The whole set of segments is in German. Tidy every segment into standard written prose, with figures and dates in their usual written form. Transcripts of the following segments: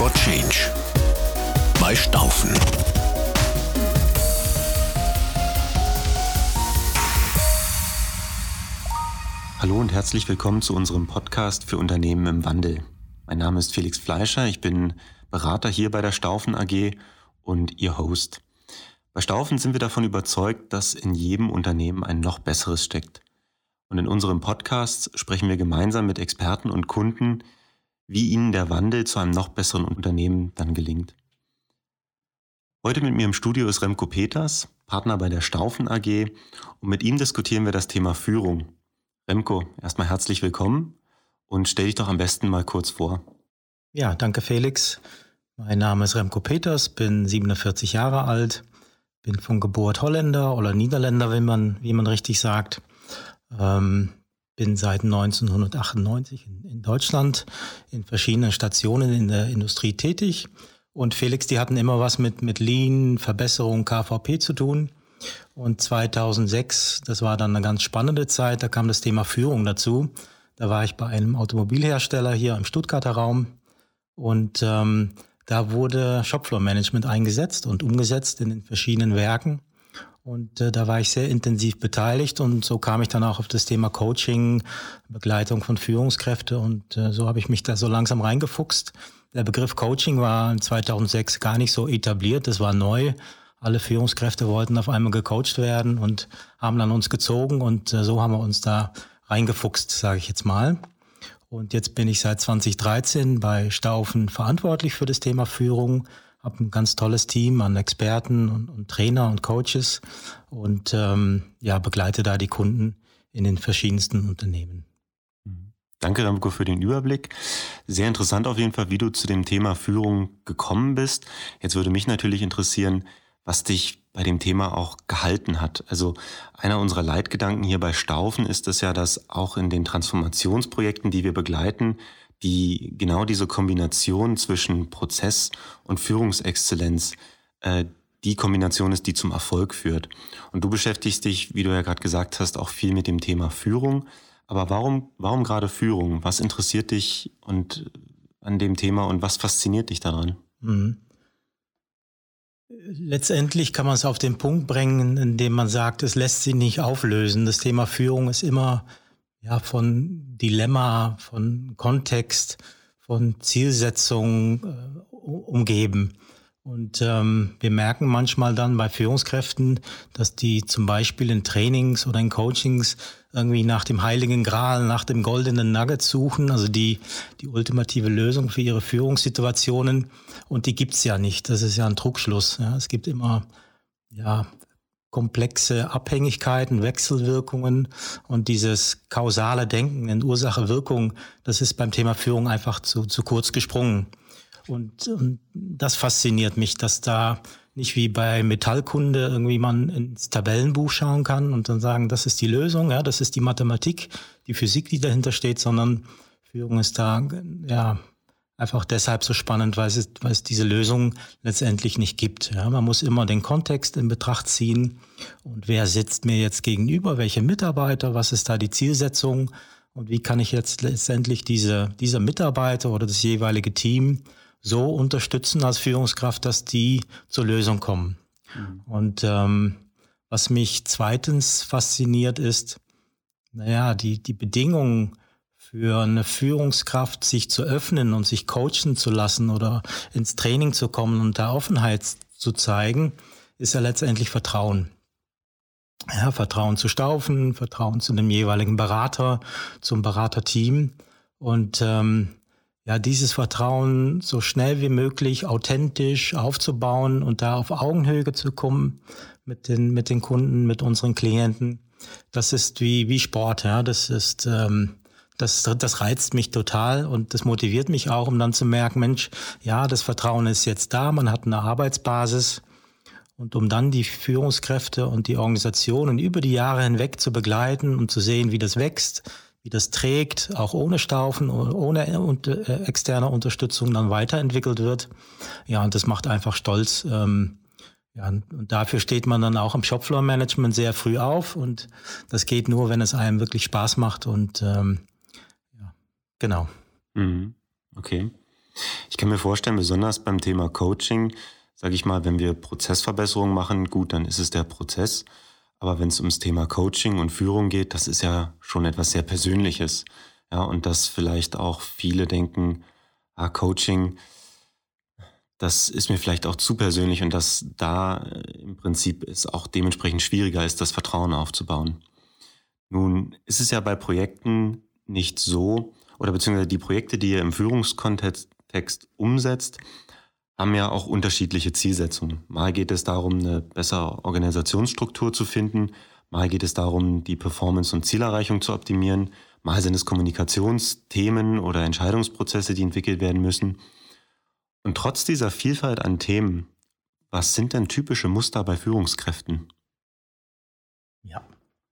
for Change bei Staufen. Hallo und herzlich willkommen zu unserem Podcast für Unternehmen im Wandel. Mein Name ist Felix Fleischer, ich bin Berater hier bei der Staufen AG und Ihr Host. Bei Staufen sind wir davon überzeugt, dass in jedem Unternehmen ein noch besseres steckt. Und in unserem Podcast sprechen wir gemeinsam mit Experten und Kunden, wie ihnen der Wandel zu einem noch besseren Unternehmen dann gelingt. Heute mit mir im Studio ist Remco Peters, Partner bei der Staufen AG, und mit ihm diskutieren wir das Thema Führung. Remco, erstmal herzlich willkommen und stell dich doch am besten mal kurz vor. Ja, danke Felix. Mein Name ist Remco Peters, bin 47 Jahre alt, bin von Geburt Holländer oder Niederländer, wie man richtig sagt. Bin seit 1998 in Deutschland in verschiedenen Stationen in der Industrie tätig. Und Felix, die hatten immer was mit Lean, Verbesserung, KVP zu tun. Und 2006, das war dann eine ganz spannende Zeit, da kam das Thema Führung dazu. Da war ich bei einem Automobilhersteller hier im Stuttgarter Raum und da wurde Shopfloor-Management eingesetzt und umgesetzt in den verschiedenen Werken. Und da war ich sehr intensiv beteiligt und so kam ich dann auch auf das Thema Coaching, Begleitung von Führungskräften und so habe ich mich da so langsam reingefuchst. Der Begriff Coaching war 2006 gar nicht so etabliert, das war neu. Alle Führungskräfte wollten auf einmal gecoacht werden und haben dann uns gezogen und so haben wir uns da reingefuchst, sage ich jetzt mal. Und jetzt bin ich seit 2013 bei Staufen verantwortlich für das Thema Führung. Habe ein ganz tolles Team an Experten und Trainer und Coaches und begleite da die Kunden in den verschiedensten Unternehmen. Danke, Remco, für den Überblick. Sehr interessant auf jeden Fall, wie du zu dem Thema Führung gekommen bist. Jetzt würde mich natürlich interessieren, was dich bei dem Thema auch gehalten hat. Also einer unserer Leitgedanken hier bei Staufen ist es ja, dass auch in den Transformationsprojekten, die wir begleiten, die genau diese Kombination zwischen Prozess und Führungsexzellenz, die Kombination ist, die zum Erfolg führt. Und du beschäftigst dich, wie du ja gerade gesagt hast, auch viel mit dem Thema Führung. Aber warum gerade Führung? Was interessiert dich und an dem Thema und was fasziniert dich daran? Letztendlich kann man es auf den Punkt bringen, indem man sagt, es lässt sich nicht auflösen. Das Thema Führung ist immer von Dilemma, von Kontext, von Zielsetzung umgeben. Und wir merken manchmal dann bei Führungskräften, dass die zum Beispiel in Trainings oder in Coachings irgendwie nach dem heiligen Gral, nach dem goldenen Nugget suchen, also die ultimative Lösung für ihre Führungssituationen. Und die gibt's ja nicht. Das ist ja ein Trugschluss. Ja. Es gibt immer komplexe Abhängigkeiten, Wechselwirkungen und dieses kausale Denken in Ursache-Wirkung, das ist beim Thema Führung einfach zu kurz gesprungen. Und das fasziniert mich, dass da nicht wie bei Metallkunde irgendwie man ins Tabellenbuch schauen kann und dann sagen, das ist die Lösung, ja, das ist die Mathematik, die Physik, die dahinter steht, sondern Führung ist da einfach deshalb so spannend, weil es diese Lösung letztendlich nicht gibt. Ja, man muss immer den Kontext in Betracht ziehen und wer sitzt mir jetzt gegenüber, welche Mitarbeiter, was ist da die Zielsetzung und wie kann ich jetzt letztendlich dieser Mitarbeiter oder das jeweilige Team so unterstützen als Führungskraft, dass die zur Lösung kommen. Und was mich zweitens fasziniert ist, die Bedingungen für eine Führungskraft, sich zu öffnen und sich coachen zu lassen oder ins Training zu kommen und da Offenheit zu zeigen, ist ja letztendlich Vertrauen. Ja, Vertrauen zu Staufen, Vertrauen zu dem jeweiligen Berater, zum Beraterteam und dieses Vertrauen so schnell wie möglich authentisch aufzubauen und da auf Augenhöhe zu kommen mit den Kunden, mit unseren Klienten. Das ist wie Sport, ja. Das reizt mich total und das motiviert mich auch, um dann zu merken, Mensch, ja, das Vertrauen ist jetzt da, man hat eine Arbeitsbasis und um dann die Führungskräfte und die Organisationen über die Jahre hinweg zu begleiten und zu sehen, wie das wächst, wie das trägt, auch ohne Staufen, ohne externe Unterstützung dann weiterentwickelt wird. Ja, und das macht einfach stolz. Und dafür steht man dann auch im Shopfloor-Management sehr früh auf und das geht nur, wenn es einem wirklich Spaß macht und genau. Okay. Ich kann mir vorstellen, besonders beim Thema Coaching, sage ich mal, wenn wir Prozessverbesserungen machen, gut, dann ist es der Prozess. Aber wenn es ums Thema Coaching und Führung geht, das ist ja schon etwas sehr Persönliches. Ja, und dass vielleicht auch viele denken, Coaching, das ist mir vielleicht auch zu persönlich und dass da im Prinzip es auch dementsprechend schwieriger ist, das Vertrauen aufzubauen. Nun ist es ja bei Projekten nicht so, oder beziehungsweise die Projekte, die ihr im Führungskontext umsetzt, haben ja auch unterschiedliche Zielsetzungen. Mal geht es darum, eine bessere Organisationsstruktur zu finden, mal geht es darum, die Performance und Zielerreichung zu optimieren, mal sind es Kommunikationsthemen oder Entscheidungsprozesse, die entwickelt werden müssen. Und trotz dieser Vielfalt an Themen, was sind denn typische Muster bei Führungskräften? Ja.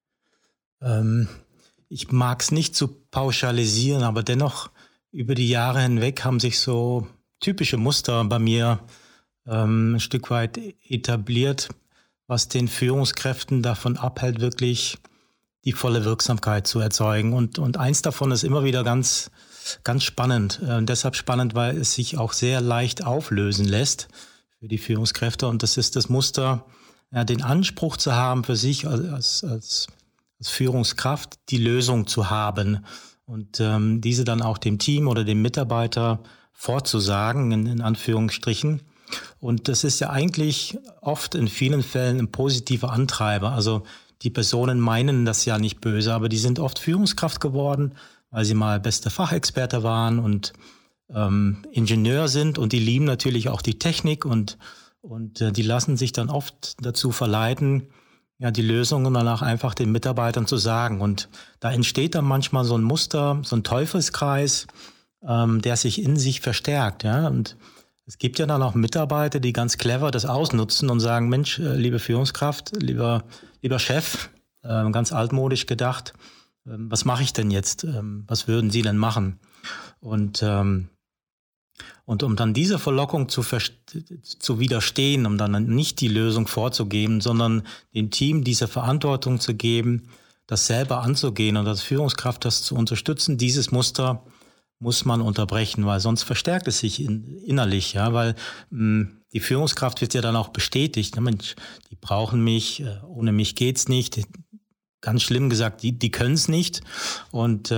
Ich mag es nicht zu pauschalisieren, aber dennoch über die Jahre hinweg haben sich so typische Muster bei mir ein Stück weit etabliert, was den Führungskräften davon abhält, wirklich die volle Wirksamkeit zu erzeugen. Und eins davon ist immer wieder ganz spannend. Deshalb spannend, weil es sich auch sehr leicht auflösen lässt für die Führungskräfte. Und das ist das Muster, den Anspruch zu haben, für sich als Führungskraft die Lösung zu haben und diese dann auch dem Team oder dem Mitarbeiter vorzusagen, in Anführungsstrichen. Und das ist ja eigentlich oft in vielen Fällen ein positiver Antreiber. Also die Personen meinen das ja nicht böse, aber die sind oft Führungskraft geworden, weil sie mal beste Fachexperte waren und Ingenieur sind und die lieben natürlich auch die Technik und die lassen sich dann oft dazu verleiten, ja, die Lösungen danach einfach den Mitarbeitern zu sagen. Und da entsteht dann manchmal so ein Muster, so ein Teufelskreis, der sich in sich verstärkt. Ja? Und es gibt ja dann auch Mitarbeiter, die ganz clever das ausnutzen und sagen, Mensch, liebe Führungskraft, lieber Chef, ganz altmodisch gedacht, was mache ich denn jetzt? Was würden Sie denn machen? Und um dann dieser Verlockung zu widerstehen, um dann nicht die Lösung vorzugeben, sondern dem Team diese Verantwortung zu geben, das selber anzugehen und als Führungskraft das zu unterstützen, dieses Muster muss man unterbrechen, weil sonst verstärkt es sich innerlich, ja, weil die Führungskraft wird ja dann auch bestätigt. Ne? Mensch, die brauchen mich, ohne mich geht's nicht. Ganz schlimm gesagt, die können es nicht und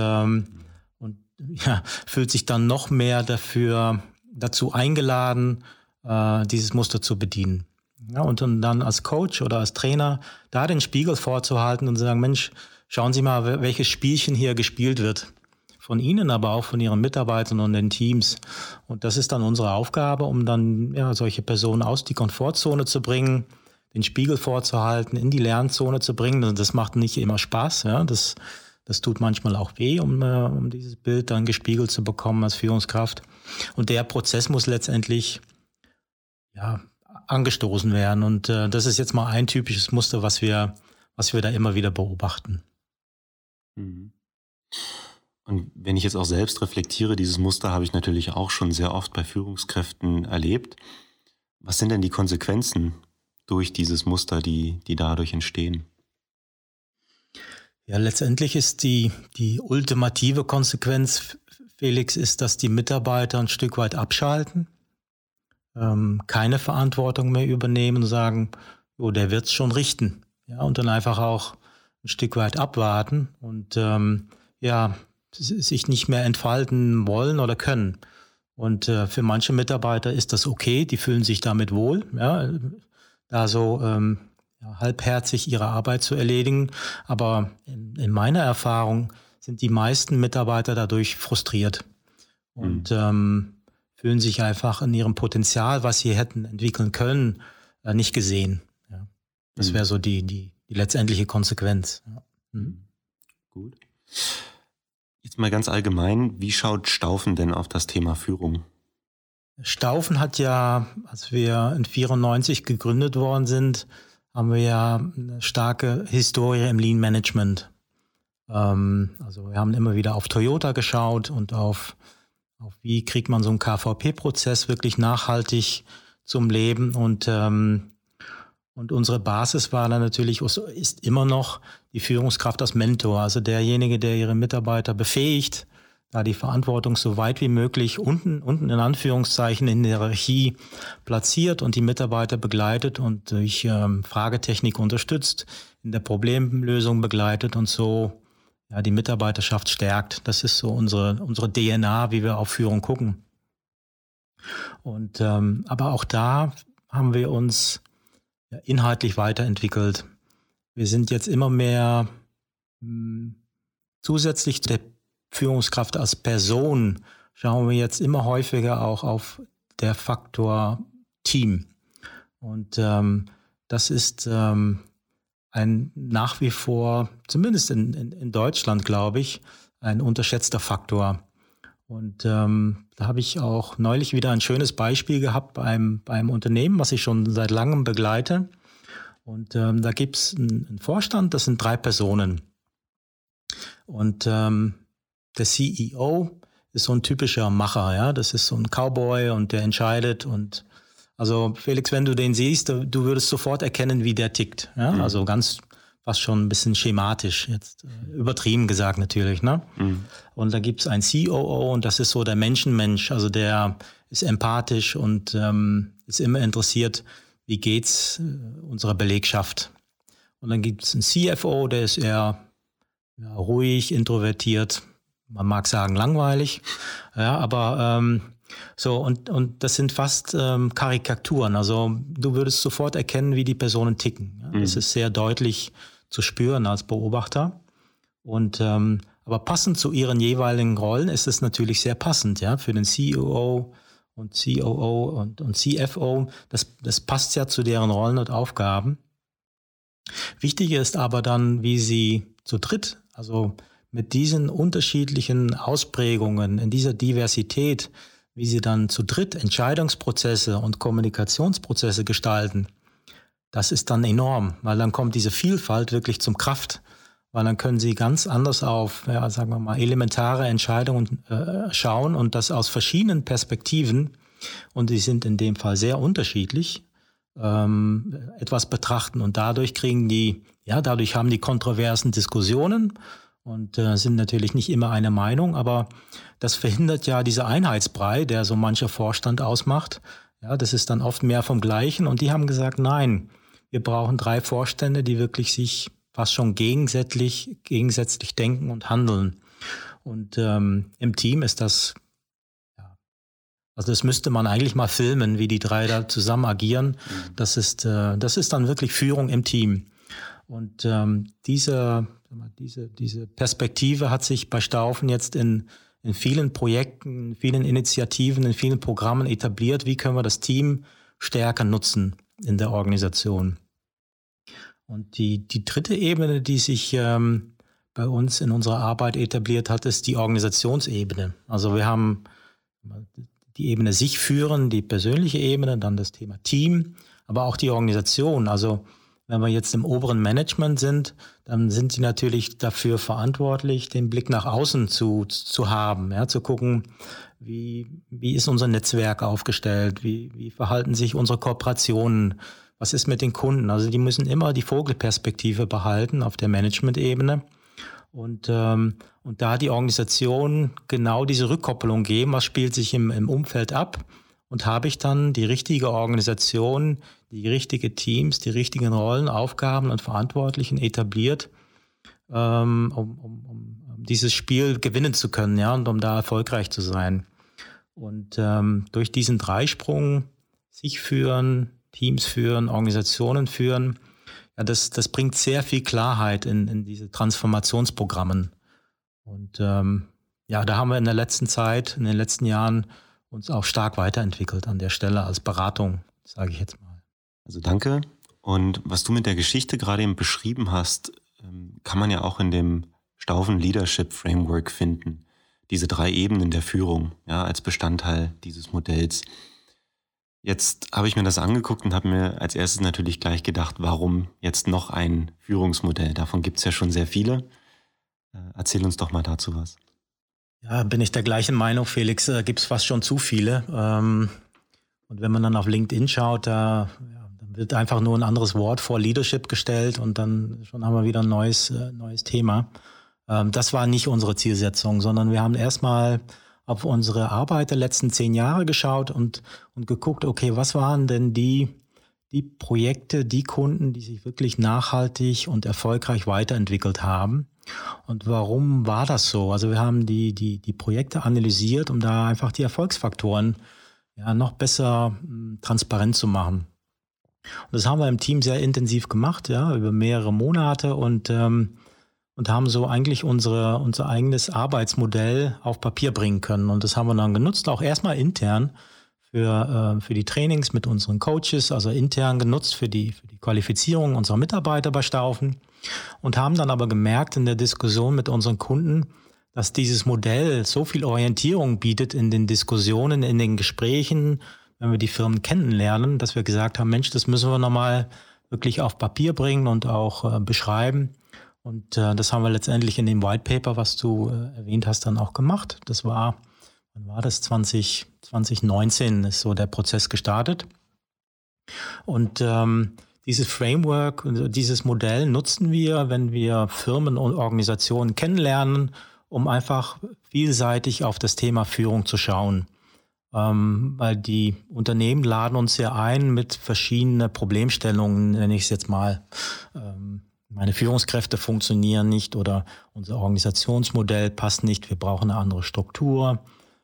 fühlt sich dann noch mehr dazu eingeladen, dieses Muster zu bedienen. Ja, und dann als Coach oder als Trainer da den Spiegel vorzuhalten und zu sagen, Mensch, schauen Sie mal, welches Spielchen hier gespielt wird. Von Ihnen, aber auch von Ihren Mitarbeitern und den Teams. Und das ist dann unsere Aufgabe, um dann solche Personen aus die Komfortzone zu bringen, den Spiegel vorzuhalten, in die Lernzone zu bringen. Und das macht nicht immer Spaß. Ja? Das tut manchmal auch weh, um dieses Bild dann gespiegelt zu bekommen als Führungskraft. Und der Prozess muss letztendlich angestoßen werden. Und das ist jetzt mal ein typisches Muster, was wir da immer wieder beobachten. Mhm. Und wenn ich jetzt auch selbst reflektiere, dieses Muster habe ich natürlich auch schon sehr oft bei Führungskräften erlebt. Was sind denn die Konsequenzen durch dieses Muster, die dadurch entstehen? Ja, letztendlich ist die ultimative Konsequenz, Felix, ist, dass die Mitarbeiter ein Stück weit abschalten, keine Verantwortung mehr übernehmen und sagen, der wird's schon richten. Ja, und dann einfach auch ein Stück weit abwarten und sich nicht mehr entfalten wollen oder können. Und für manche Mitarbeiter ist das okay, die fühlen sich damit wohl, ja, da so halbherzig ihre Arbeit zu erledigen. Aber in meiner Erfahrung sind die meisten Mitarbeiter dadurch frustriert und fühlen sich einfach in ihrem Potenzial, was sie hätten entwickeln können, nicht gesehen. Ja. Das wäre so die letztendliche Konsequenz. Ja. Gut. Jetzt mal ganz allgemein, wie schaut Staufen denn auf das Thema Führung? Staufen hat ja, als wir in 94 gegründet worden sind, haben wir ja eine starke Historie im Lean Management. Also wir haben immer wieder auf Toyota geschaut und auf wie kriegt man so einen KVP-Prozess wirklich nachhaltig zum Leben. Und unsere Basis war dann natürlich, ist immer noch die Führungskraft als Mentor, also derjenige, der ihre Mitarbeiter befähigt, da die Verantwortung so weit wie möglich unten in Anführungszeichen in der Hierarchie platziert und die Mitarbeiter begleitet und durch Fragetechnik unterstützt, in der Problemlösung begleitet und so die Mitarbeiterschaft stärkt. Das ist so unsere DNA, wie wir auf Führung gucken. Und aber auch da haben wir uns inhaltlich weiterentwickelt. Wir sind jetzt immer mehr zusätzlich der Führungskraft als Person schauen wir jetzt immer häufiger auch auf der Faktor Team. Und das ist ein nach wie vor, zumindest in Deutschland, glaube ich, ein unterschätzter Faktor. Und da habe ich auch neulich wieder ein schönes Beispiel gehabt beim Unternehmen, was ich schon seit langem begleite. Und da gibt es einen Vorstand, das sind 3 Personen. Und der CEO ist so ein typischer Macher, ja. Das ist so ein Cowboy und der entscheidet. Und also Felix, wenn du den siehst, du würdest sofort erkennen, wie der tickt. Ja? Also ganz fast schon ein bisschen schematisch, jetzt übertrieben gesagt natürlich. Ne? Und da gibt es einen COO und das ist so der Menschenmensch. Also der ist empathisch und ist immer interessiert, wie geht's unserer Belegschaft. Und dann gibt es einen CFO, der ist eher ruhig, introvertiert. Man mag sagen langweilig, ja, aber so und das sind fast Karikaturen. Also du würdest sofort erkennen, wie die Personen ticken. Ja? Das ist sehr deutlich zu spüren als Beobachter. Und aber passend zu ihren jeweiligen Rollen ist es natürlich sehr passend, ja, für den CEO und COO und CFO. Das passt ja zu deren Rollen und Aufgaben. Wichtig ist aber dann, wie sie zu dritt, also mit diesen unterschiedlichen Ausprägungen, in dieser Diversität, wie sie dann zu dritt Entscheidungsprozesse und Kommunikationsprozesse gestalten, das ist dann enorm, weil dann kommt diese Vielfalt wirklich zum Kraft, weil dann können sie ganz anders auf, sagen wir mal, elementare Entscheidungen schauen und das aus verschiedenen Perspektiven, und die sind in dem Fall sehr unterschiedlich, etwas betrachten und dadurch haben die kontroversen Diskussionen und sind natürlich nicht immer eine Meinung, aber das verhindert ja diese Einheitsbrei, der so mancher Vorstand ausmacht. Ja, das ist dann oft mehr vom Gleichen und die haben gesagt, nein, wir brauchen 3 Vorstände, die wirklich sich fast schon gegensätzlich denken und handeln. Und im Team ist das, also das müsste man eigentlich mal filmen, wie die 3 da zusammen agieren. Das ist dann wirklich Führung im Team. Und diese Perspektive hat sich bei Staufen jetzt in vielen Projekten, in vielen Initiativen, in vielen Programmen etabliert. Wie können wir das Team stärker nutzen in der Organisation? Und die dritte Ebene, die sich bei uns in unserer Arbeit etabliert hat, ist die Organisationsebene. Also wir haben die Ebene sich führen, die persönliche Ebene, dann das Thema Team, aber auch die Organisation. Also wenn wir jetzt im oberen Management sind, dann sind sie natürlich dafür verantwortlich, den Blick nach außen zu haben, ja, zu gucken, wie ist unser Netzwerk aufgestellt, wie verhalten sich unsere Kooperationen, was ist mit den Kunden. Also die müssen immer die Vogelperspektive behalten auf der Management-Ebene und da die Organisation genau diese Rückkopplung geben, was spielt sich im Umfeld ab. Und habe ich dann die richtige Organisation, die richtige Teams, die richtigen Rollen, Aufgaben und Verantwortlichen etabliert, um dieses Spiel gewinnen zu können, ja, und um da erfolgreich zu sein. Und durch diesen Dreisprung, sich führen, Teams führen, Organisationen führen, ja, das bringt sehr viel Klarheit in diese Transformationsprogrammen. Und da haben wir in der letzten Zeit, in den letzten Jahren uns auch stark weiterentwickelt an der Stelle als Beratung, sage ich jetzt mal. Also danke. Und was du mit der Geschichte gerade eben beschrieben hast, kann man ja auch in dem Staufen Leadership Framework finden. Diese 3 Ebenen der Führung, ja, als Bestandteil dieses Modells. Jetzt habe ich mir das angeguckt und habe mir als erstes natürlich gleich gedacht, warum jetzt noch ein Führungsmodell? Davon gibt es ja schon sehr viele. Erzähl uns doch mal dazu was. Ja, bin ich der gleichen Meinung, Felix. Gibt es fast schon zu viele. Und wenn man dann auf LinkedIn schaut, dann wird einfach nur ein anderes Wort vor Leadership gestellt und dann schon haben wir wieder ein neues Thema. Das war nicht unsere Zielsetzung, sondern wir haben erstmal auf unsere Arbeit der letzten 10 Jahre geschaut und geguckt, okay, was waren denn die Projekte, die Kunden, die sich wirklich nachhaltig und erfolgreich weiterentwickelt haben. Und warum war das so? Also wir haben die Projekte analysiert, um da einfach die Erfolgsfaktoren noch besser transparent zu machen. Und das haben wir im Team sehr intensiv gemacht, über mehrere Monate und haben so eigentlich unser eigenes Arbeitsmodell auf Papier bringen können. Und das haben wir dann genutzt, auch erstmal intern für die Trainings mit unseren Coaches, also intern genutzt für die Qualifizierung unserer Mitarbeiter bei Staufen und haben dann aber gemerkt in der Diskussion mit unseren Kunden, dass dieses Modell so viel Orientierung bietet in den Diskussionen, in den Gesprächen, wenn wir die Firmen kennenlernen, dass wir gesagt haben, Mensch, das müssen wir nochmal wirklich auf Papier bringen und auch beschreiben. Und das haben wir letztendlich in dem White Paper, was du erwähnt hast, dann auch gemacht. Das war, wann war das? 2019 ist so der Prozess gestartet. Und dieses Framework, dieses Modell nutzen wir, wenn wir Firmen und Organisationen kennenlernen, um einfach vielseitig auf das Thema Führung zu schauen. Weil die Unternehmen laden uns ja ein mit verschiedenen Problemstellungen, nenne ich es jetzt mal. Meine Führungskräfte funktionieren nicht oder unser Organisationsmodell passt nicht, wir brauchen eine andere Struktur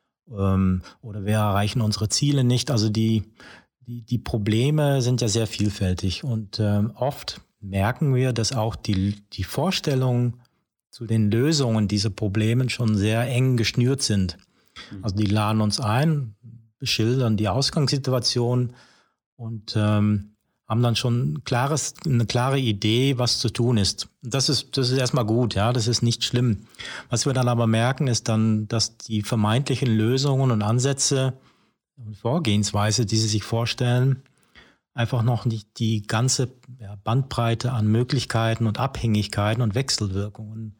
oder wir erreichen unsere Ziele nicht. Also die Probleme sind ja sehr vielfältig und oft merken wir, dass auch die Vorstellungen zu den Lösungen dieser Probleme schon sehr eng geschnürt sind. Also die laden uns ein, beschildern die Ausgangssituation und haben dann schon eine klare Idee, was zu tun ist. Das ist erstmal gut, das ist nicht schlimm. Was wir dann aber merken, ist dann, dass die vermeintlichen Lösungen und Ansätze und Vorgehensweise, die sie sich vorstellen, einfach noch nicht die ganze Bandbreite an Möglichkeiten und Abhängigkeiten und Wechselwirkungen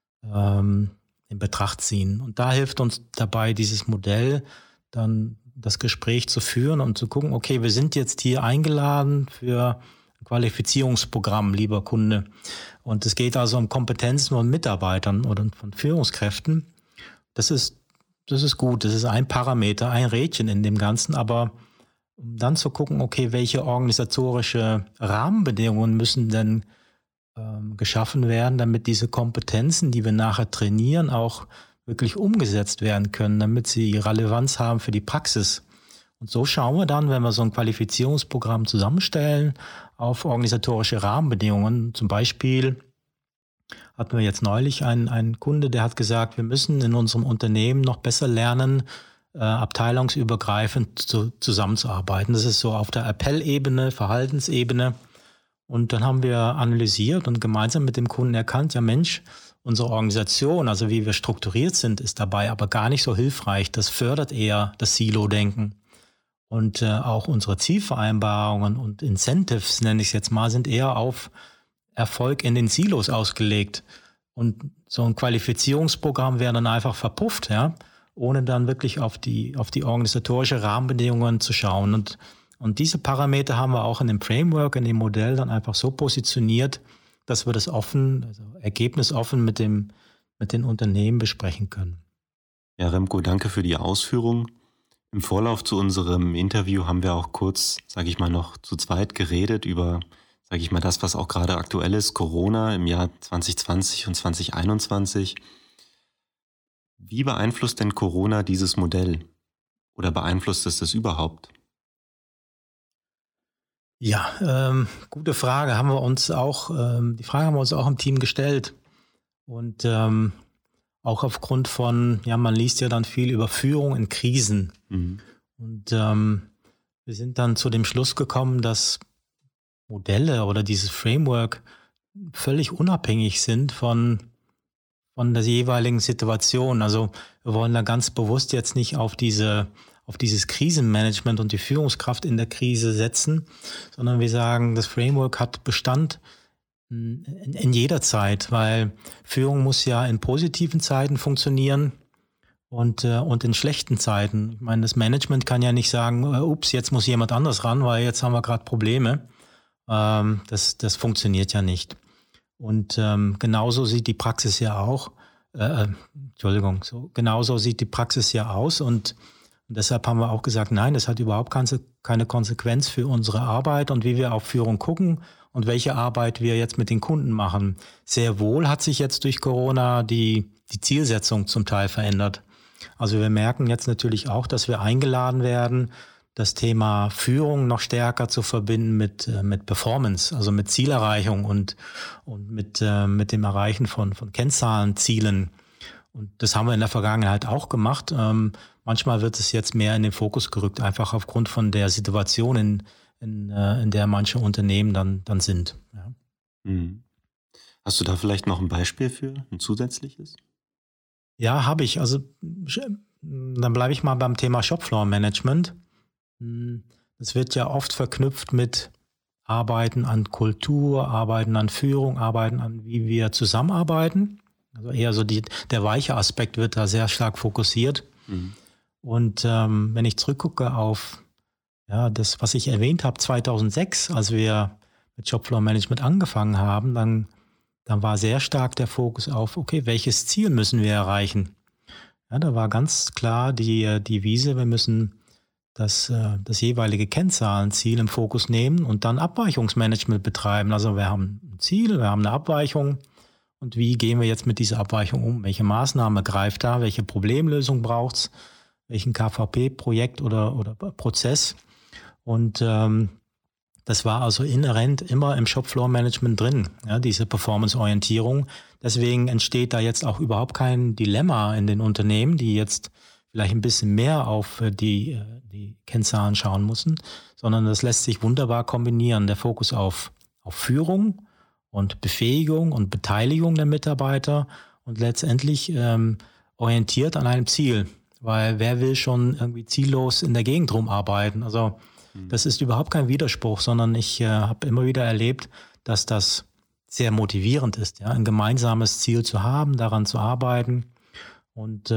in Betracht ziehen. Und da hilft uns dabei dieses Modell, dann das Gespräch zu führen und zu gucken, okay, wir sind jetzt hier eingeladen für ein Qualifizierungsprogramm, lieber Kunde. Und es geht also um Kompetenzen von Mitarbeitern oder von Führungskräften. Das ist gut, das ist ein Parameter, ein Rädchen in dem Ganzen, aber um dann zu gucken, okay, welche organisatorische Rahmenbedingungen müssen denn geschaffen werden, damit diese Kompetenzen, die wir nachher trainieren, auch wirklich umgesetzt werden können, damit sie Relevanz haben für die Praxis. Und so schauen wir dann, wenn wir so ein Qualifizierungsprogramm zusammenstellen, auf organisatorische Rahmenbedingungen. Zum Beispiel hatten wir jetzt neulich einen Kunde, der hat gesagt, wir müssen in unserem Unternehmen noch besser lernen, abteilungsübergreifend zusammenzuarbeiten. Das ist so auf der Appellebene, Verhaltensebene. Und dann haben wir analysiert und gemeinsam mit dem Kunden erkannt, ja Mensch, unsere Organisation, also wie wir strukturiert sind, ist dabei aber gar nicht so hilfreich. Das fördert eher das Silo-Denken. Und auch unsere Zielvereinbarungen und Incentives, nenne ich es jetzt mal, sind eher auf Erfolg in den Silos ausgelegt. Und so ein Qualifizierungsprogramm wäre dann einfach verpufft, ohne dann wirklich auf die organisatorische Rahmenbedingungen zu schauen. Und diese Parameter haben wir auch in dem Framework, in dem Modell dann einfach so positioniert, dass wir das offen, also ergebnisoffen mit den Unternehmen besprechen können. Ja, Remko, danke für die Ausführung. Im Vorlauf zu unserem Interview haben wir auch kurz, sage ich mal, noch zu zweit geredet über, sage ich mal, das, was auch gerade aktuell ist, Corona im Jahr 2020 und 2021. Wie beeinflusst denn Corona dieses Modell? Oder beeinflusst es das überhaupt? Ja, gute Frage. Die Frage haben wir uns auch im Team gestellt. Und auch aufgrund von, man liest ja dann viel über Führung in Krisen. Mhm. Und wir sind dann zu dem Schluss gekommen, dass Modelle oder dieses Framework völlig unabhängig sind von der jeweiligen Situation. Also wir wollen da ganz bewusst jetzt nicht auf dieses Krisenmanagement und die Führungskraft in der Krise setzen, sondern wir sagen, das Framework hat Bestand in jeder Zeit, weil Führung muss ja in positiven Zeiten funktionieren und in schlechten Zeiten. Ich meine, das Management kann ja nicht sagen, ups, jetzt muss jemand anders ran, weil jetzt haben wir gerade Probleme. Das funktioniert ja nicht. Und genauso sieht die Praxis ja auch, genauso sieht die Praxis ja aus. Und deshalb haben wir auch gesagt, nein, das hat überhaupt keine Konsequenz für unsere Arbeit und wie wir auf Führung gucken und welche Arbeit wir jetzt mit den Kunden machen. Sehr wohl hat sich jetzt durch Corona die Zielsetzung zum Teil verändert. Also wir merken jetzt natürlich auch, dass wir eingeladen werden, das Thema Führung noch stärker zu verbinden mit Performance, also mit Zielerreichung und mit dem Erreichen von Kennzahlen, Zielen. Und das haben wir in der Vergangenheit auch gemacht. Manchmal wird es jetzt mehr in den Fokus gerückt, einfach aufgrund von der Situation, in der manche Unternehmen dann sind. Ja. Mhm. Hast du da vielleicht noch ein Beispiel für, ein zusätzliches? Ja, habe ich. Also dann bleibe ich mal beim Thema Shopfloor-Management. Das wird ja oft verknüpft mit Arbeiten an Kultur, Arbeiten an Führung, Arbeiten an, wie wir zusammenarbeiten. Also eher so der weiche Aspekt wird da sehr stark fokussiert. Mhm. Und wenn ich zurückgucke auf das, was ich erwähnt habe, 2006, als wir mit Shopfloor-Management angefangen haben, dann war sehr stark der Fokus auf, okay, welches Ziel müssen wir erreichen? Ja, da war ganz klar die Devise, wir müssen das jeweilige Kennzahlenziel im Fokus nehmen und dann Abweichungsmanagement betreiben. Also wir haben ein Ziel, wir haben eine Abweichung und wie gehen wir jetzt mit dieser Abweichung um? Welche Maßnahme greift da? Welche Problemlösung braucht es? Welchen KVP-Projekt oder Prozess? Und das war also inhärent immer im Shopfloor-Management drin, ja, diese Performance-Orientierung. Deswegen entsteht da jetzt auch überhaupt kein Dilemma in den Unternehmen, die jetzt vielleicht ein bisschen mehr auf die Kennzahlen schauen müssen, sondern das lässt sich wunderbar kombinieren. Der Fokus auf Führung und Befähigung und Beteiligung der Mitarbeiter und letztendlich orientiert an einem Ziel. Weil wer will schon irgendwie ziellos in der Gegend rumarbeiten? Also das ist überhaupt kein Widerspruch, sondern ich habe immer wieder erlebt, dass das sehr motivierend ist, ja, ein gemeinsames Ziel zu haben, daran zu arbeiten. Und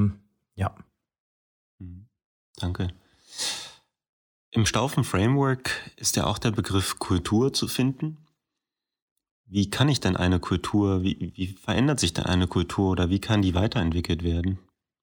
Danke. Im Staufen-Framework ist ja auch der Begriff Kultur zu finden. Wie kann ich denn eine Kultur, wie verändert sich denn eine Kultur oder wie kann die weiterentwickelt werden?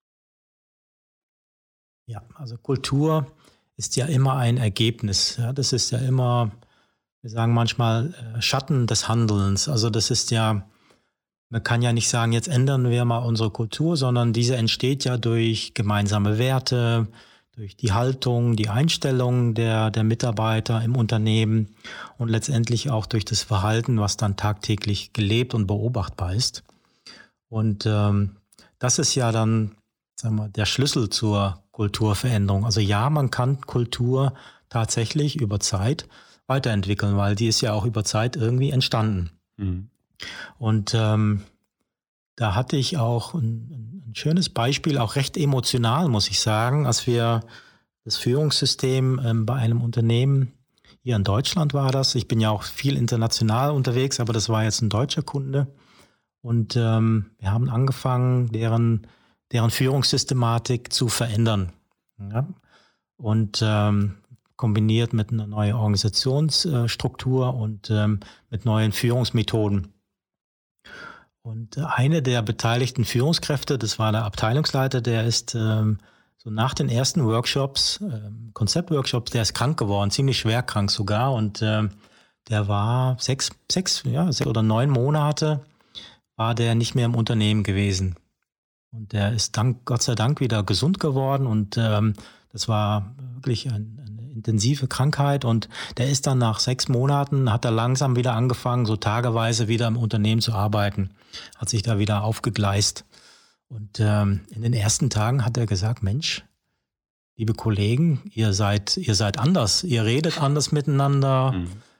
Ja, also Kultur ist ja immer ein Ergebnis. Ja, das ist ja immer, wir sagen manchmal, Schatten des Handelns. Also das ist ja, man kann ja nicht sagen, jetzt ändern wir mal unsere Kultur, sondern diese entsteht ja durch gemeinsame Werte, durch die Haltung, die Einstellung der Mitarbeiter im Unternehmen und letztendlich auch durch das Verhalten, was dann tagtäglich gelebt und beobachtbar ist. Und das ist ja dann, sagen wir, der Schlüssel zur Kulturveränderung. Also ja, man kann Kultur tatsächlich über Zeit weiterentwickeln, weil die ist ja auch über Zeit irgendwie entstanden. Mhm. Und da hatte ich auch ein schönes Beispiel, auch recht emotional, muss ich sagen, als wir das Führungssystem bei einem Unternehmen, hier in Deutschland war das, ich bin ja auch viel international unterwegs, aber das war jetzt ein deutscher Kunde und wir haben angefangen, deren Führungssystematik zu verändern. Ja? Und kombiniert mit einer neuen Organisationsstruktur und mit neuen Führungsmethoden. Und eine der beteiligten Führungskräfte, das war der Abteilungsleiter, der ist so nach den ersten Workshops, Konzeptworkshops, der ist krank geworden, ziemlich schwer krank sogar. Und der war 6 oder 9 Monate war der nicht mehr im Unternehmen gewesen. Und der ist Gott sei Dank wieder gesund geworden und das war wirklich eine intensive Krankheit und der ist dann nach 6 Monaten, hat er langsam wieder angefangen, so tageweise wieder im Unternehmen zu arbeiten, hat sich da wieder aufgegleist. Und in den ersten Tagen hat er gesagt, Mensch, liebe Kollegen, ihr seid anders, ihr redet anders miteinander,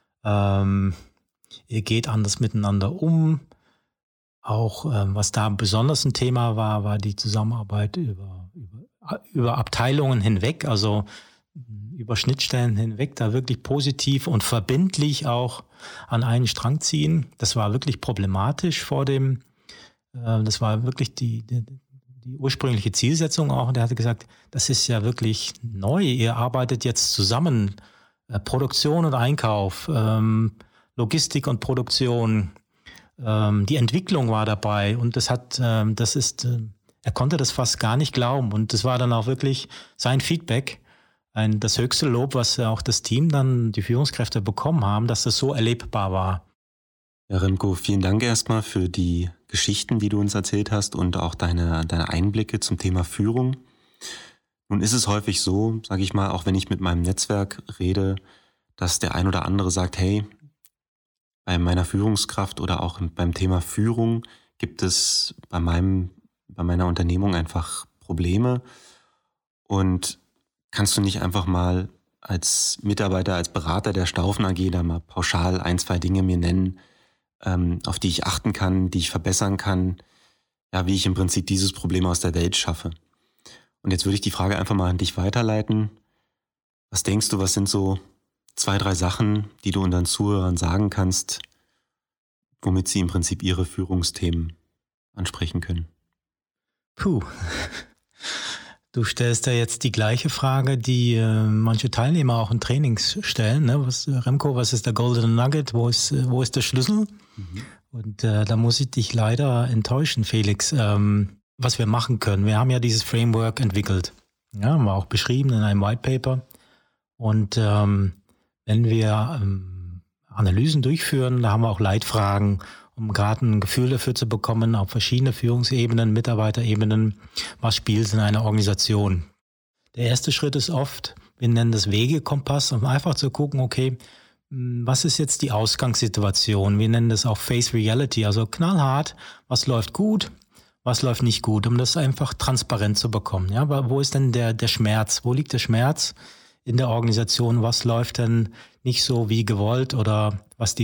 ihr geht anders miteinander um. Auch was da besonders ein Thema war die Zusammenarbeit über Abteilungen hinweg, also über Schnittstellen hinweg, da wirklich positiv und verbindlich auch an einen Strang ziehen. Das war wirklich problematisch das war wirklich die ursprüngliche Zielsetzung auch. Und er hatte gesagt, das ist ja wirklich neu, ihr arbeitet jetzt zusammen, Produktion und Einkauf, Logistik und Produktion, Die Entwicklung war dabei und er konnte das fast gar nicht glauben. Und das war dann auch wirklich sein Feedback, das höchste Lob, was auch das Team dann, die Führungskräfte bekommen haben, dass das so erlebbar war. Ja, Remko, vielen Dank erstmal für die Geschichten, die du uns erzählt hast und auch deine Einblicke zum Thema Führung. Nun ist es häufig so, sage ich mal, auch wenn ich mit meinem Netzwerk rede, dass der ein oder andere sagt, hey, bei meiner Führungskraft oder auch beim Thema Führung gibt es bei meiner Unternehmung einfach Probleme. Und kannst du nicht einfach mal als Mitarbeiter, als Berater der Staufen AG da mal pauschal 1, 2 Dinge mir nennen, auf die ich achten kann, die ich verbessern kann, ja, wie ich im Prinzip dieses Problem aus der Welt schaffe? Und jetzt würde ich die Frage einfach mal an dich weiterleiten. Was denkst du, was sind so 2, 3 Sachen, die du unseren Zuhörern sagen kannst, womit sie im Prinzip ihre Führungsthemen ansprechen können? Puh. Du stellst da jetzt die gleiche Frage, die manche Teilnehmer auch in Trainings stellen. Ne? Remko, was ist der Golden Nugget? Wo ist der Schlüssel? Und da muss ich dich leider enttäuschen, Felix, was wir machen können. Wir haben ja dieses Framework entwickelt. Ja, haben wir auch beschrieben in einem White Paper. Und wenn wir Analysen durchführen, da haben wir auch Leitfragen, um gerade ein Gefühl dafür zu bekommen, auf verschiedene Führungsebenen, Mitarbeiterebenen, was spielt in einer Organisation. Der erste Schritt ist oft, wir nennen das Wegekompass, um einfach zu gucken, okay, was ist jetzt die Ausgangssituation? Wir nennen das auch Face Reality, also knallhart, was läuft gut, was läuft nicht gut, um das einfach transparent zu bekommen. Ja, aber wo ist denn der Schmerz? Wo liegt der Schmerz in der Organisation? Was läuft denn nicht so wie gewollt oder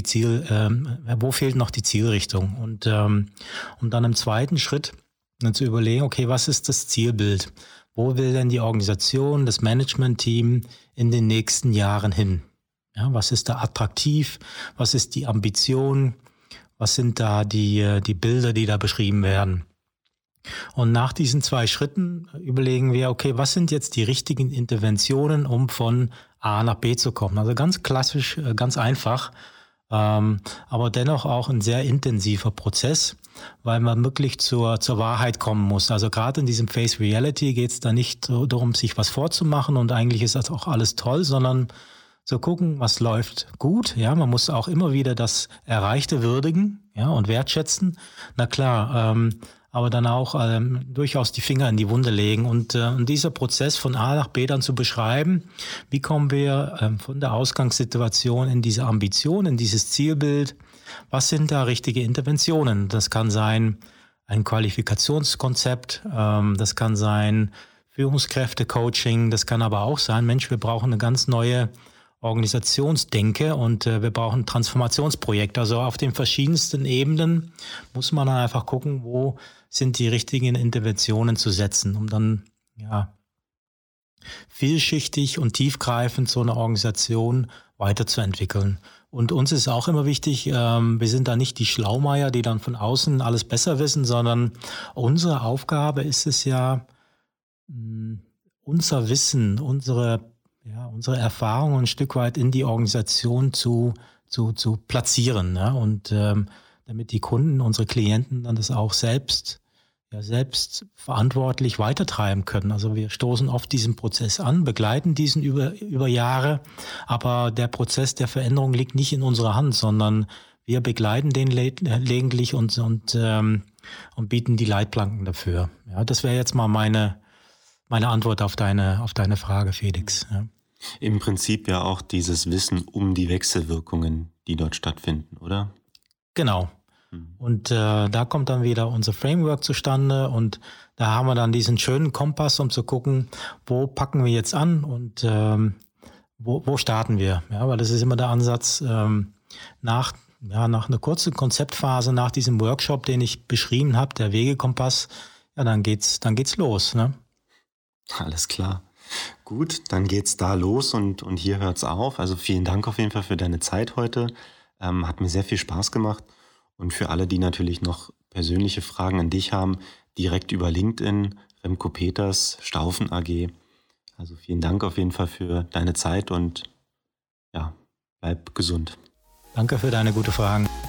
wo fehlt noch die Zielrichtung? Und um dann im zweiten Schritt dann zu überlegen, okay, was ist das Zielbild? Wo will denn die Organisation, das Management-Team in den nächsten Jahren hin? Ja, was ist da attraktiv? Was ist die Ambition? Was sind da die Bilder, die da beschrieben werden? Und nach diesen 2 Schritten überlegen wir, okay, was sind jetzt die richtigen Interventionen, um von A nach B zu kommen? Also ganz klassisch, ganz einfach, aber dennoch auch ein sehr intensiver Prozess, weil man wirklich zur Wahrheit kommen muss. Also gerade in diesem Face Reality geht es da nicht darum, sich was vorzumachen und eigentlich ist das auch alles toll, sondern zu gucken, was läuft gut. Ja, man muss auch immer wieder das Erreichte würdigen, ja, und wertschätzen. Na klar, aber dann auch durchaus die Finger in die Wunde legen und dieser Prozess von A nach B dann zu beschreiben, wie kommen wir von der Ausgangssituation in diese Ambition, in dieses Zielbild, was sind da richtige Interventionen? Das kann sein ein Qualifikationskonzept, das kann sein Führungskräfte-Coaching, das kann aber auch sein, Mensch, wir brauchen eine ganz neue Organisationsdenke und wir brauchen Transformationsprojekte. Also auf den verschiedensten Ebenen muss man dann einfach gucken, wo sind die richtigen Interventionen zu setzen, um dann vielschichtig und tiefgreifend so eine Organisation weiterzuentwickeln. Und uns ist auch immer wichtig, wir sind da nicht die Schlaumeier, die dann von außen alles besser wissen, sondern unsere Aufgabe ist es ja, unser Wissen, unsere Erfahrungen ein Stück weit in die Organisation zu platzieren, ne? Und damit die Kunden, unsere Klienten dann das auch selbst verantwortlich weitertreiben können. Also wir stoßen oft diesen Prozess an, begleiten diesen über Jahre, aber der Prozess der Veränderung liegt nicht in unserer Hand, sondern wir begleiten den gelegentlich und bieten die Leitplanken dafür. Ja, das wäre jetzt mal meine Antwort auf deine Frage, Felix. Ja. Im Prinzip ja auch dieses Wissen um die Wechselwirkungen, die dort stattfinden, oder? Genau. Und da kommt dann wieder unser Framework zustande und da haben wir dann diesen schönen Kompass, um zu gucken, wo packen wir jetzt an und wo starten wir. Ja, weil das ist immer der Ansatz, nach einer kurzen Konzeptphase, nach diesem Workshop, den ich beschrieben habe, der Wegekompass, ja, dann geht's los. Ne? Alles klar. Gut, dann geht's da los und hier hört's auf. Also vielen Dank auf jeden Fall für deine Zeit heute. Hat mir sehr viel Spaß gemacht. Und für alle, die natürlich noch persönliche Fragen an dich haben, direkt über LinkedIn, Remko Peters, Staufen AG. Also vielen Dank auf jeden Fall für deine Zeit und ja, bleib gesund. Danke für deine guten Fragen.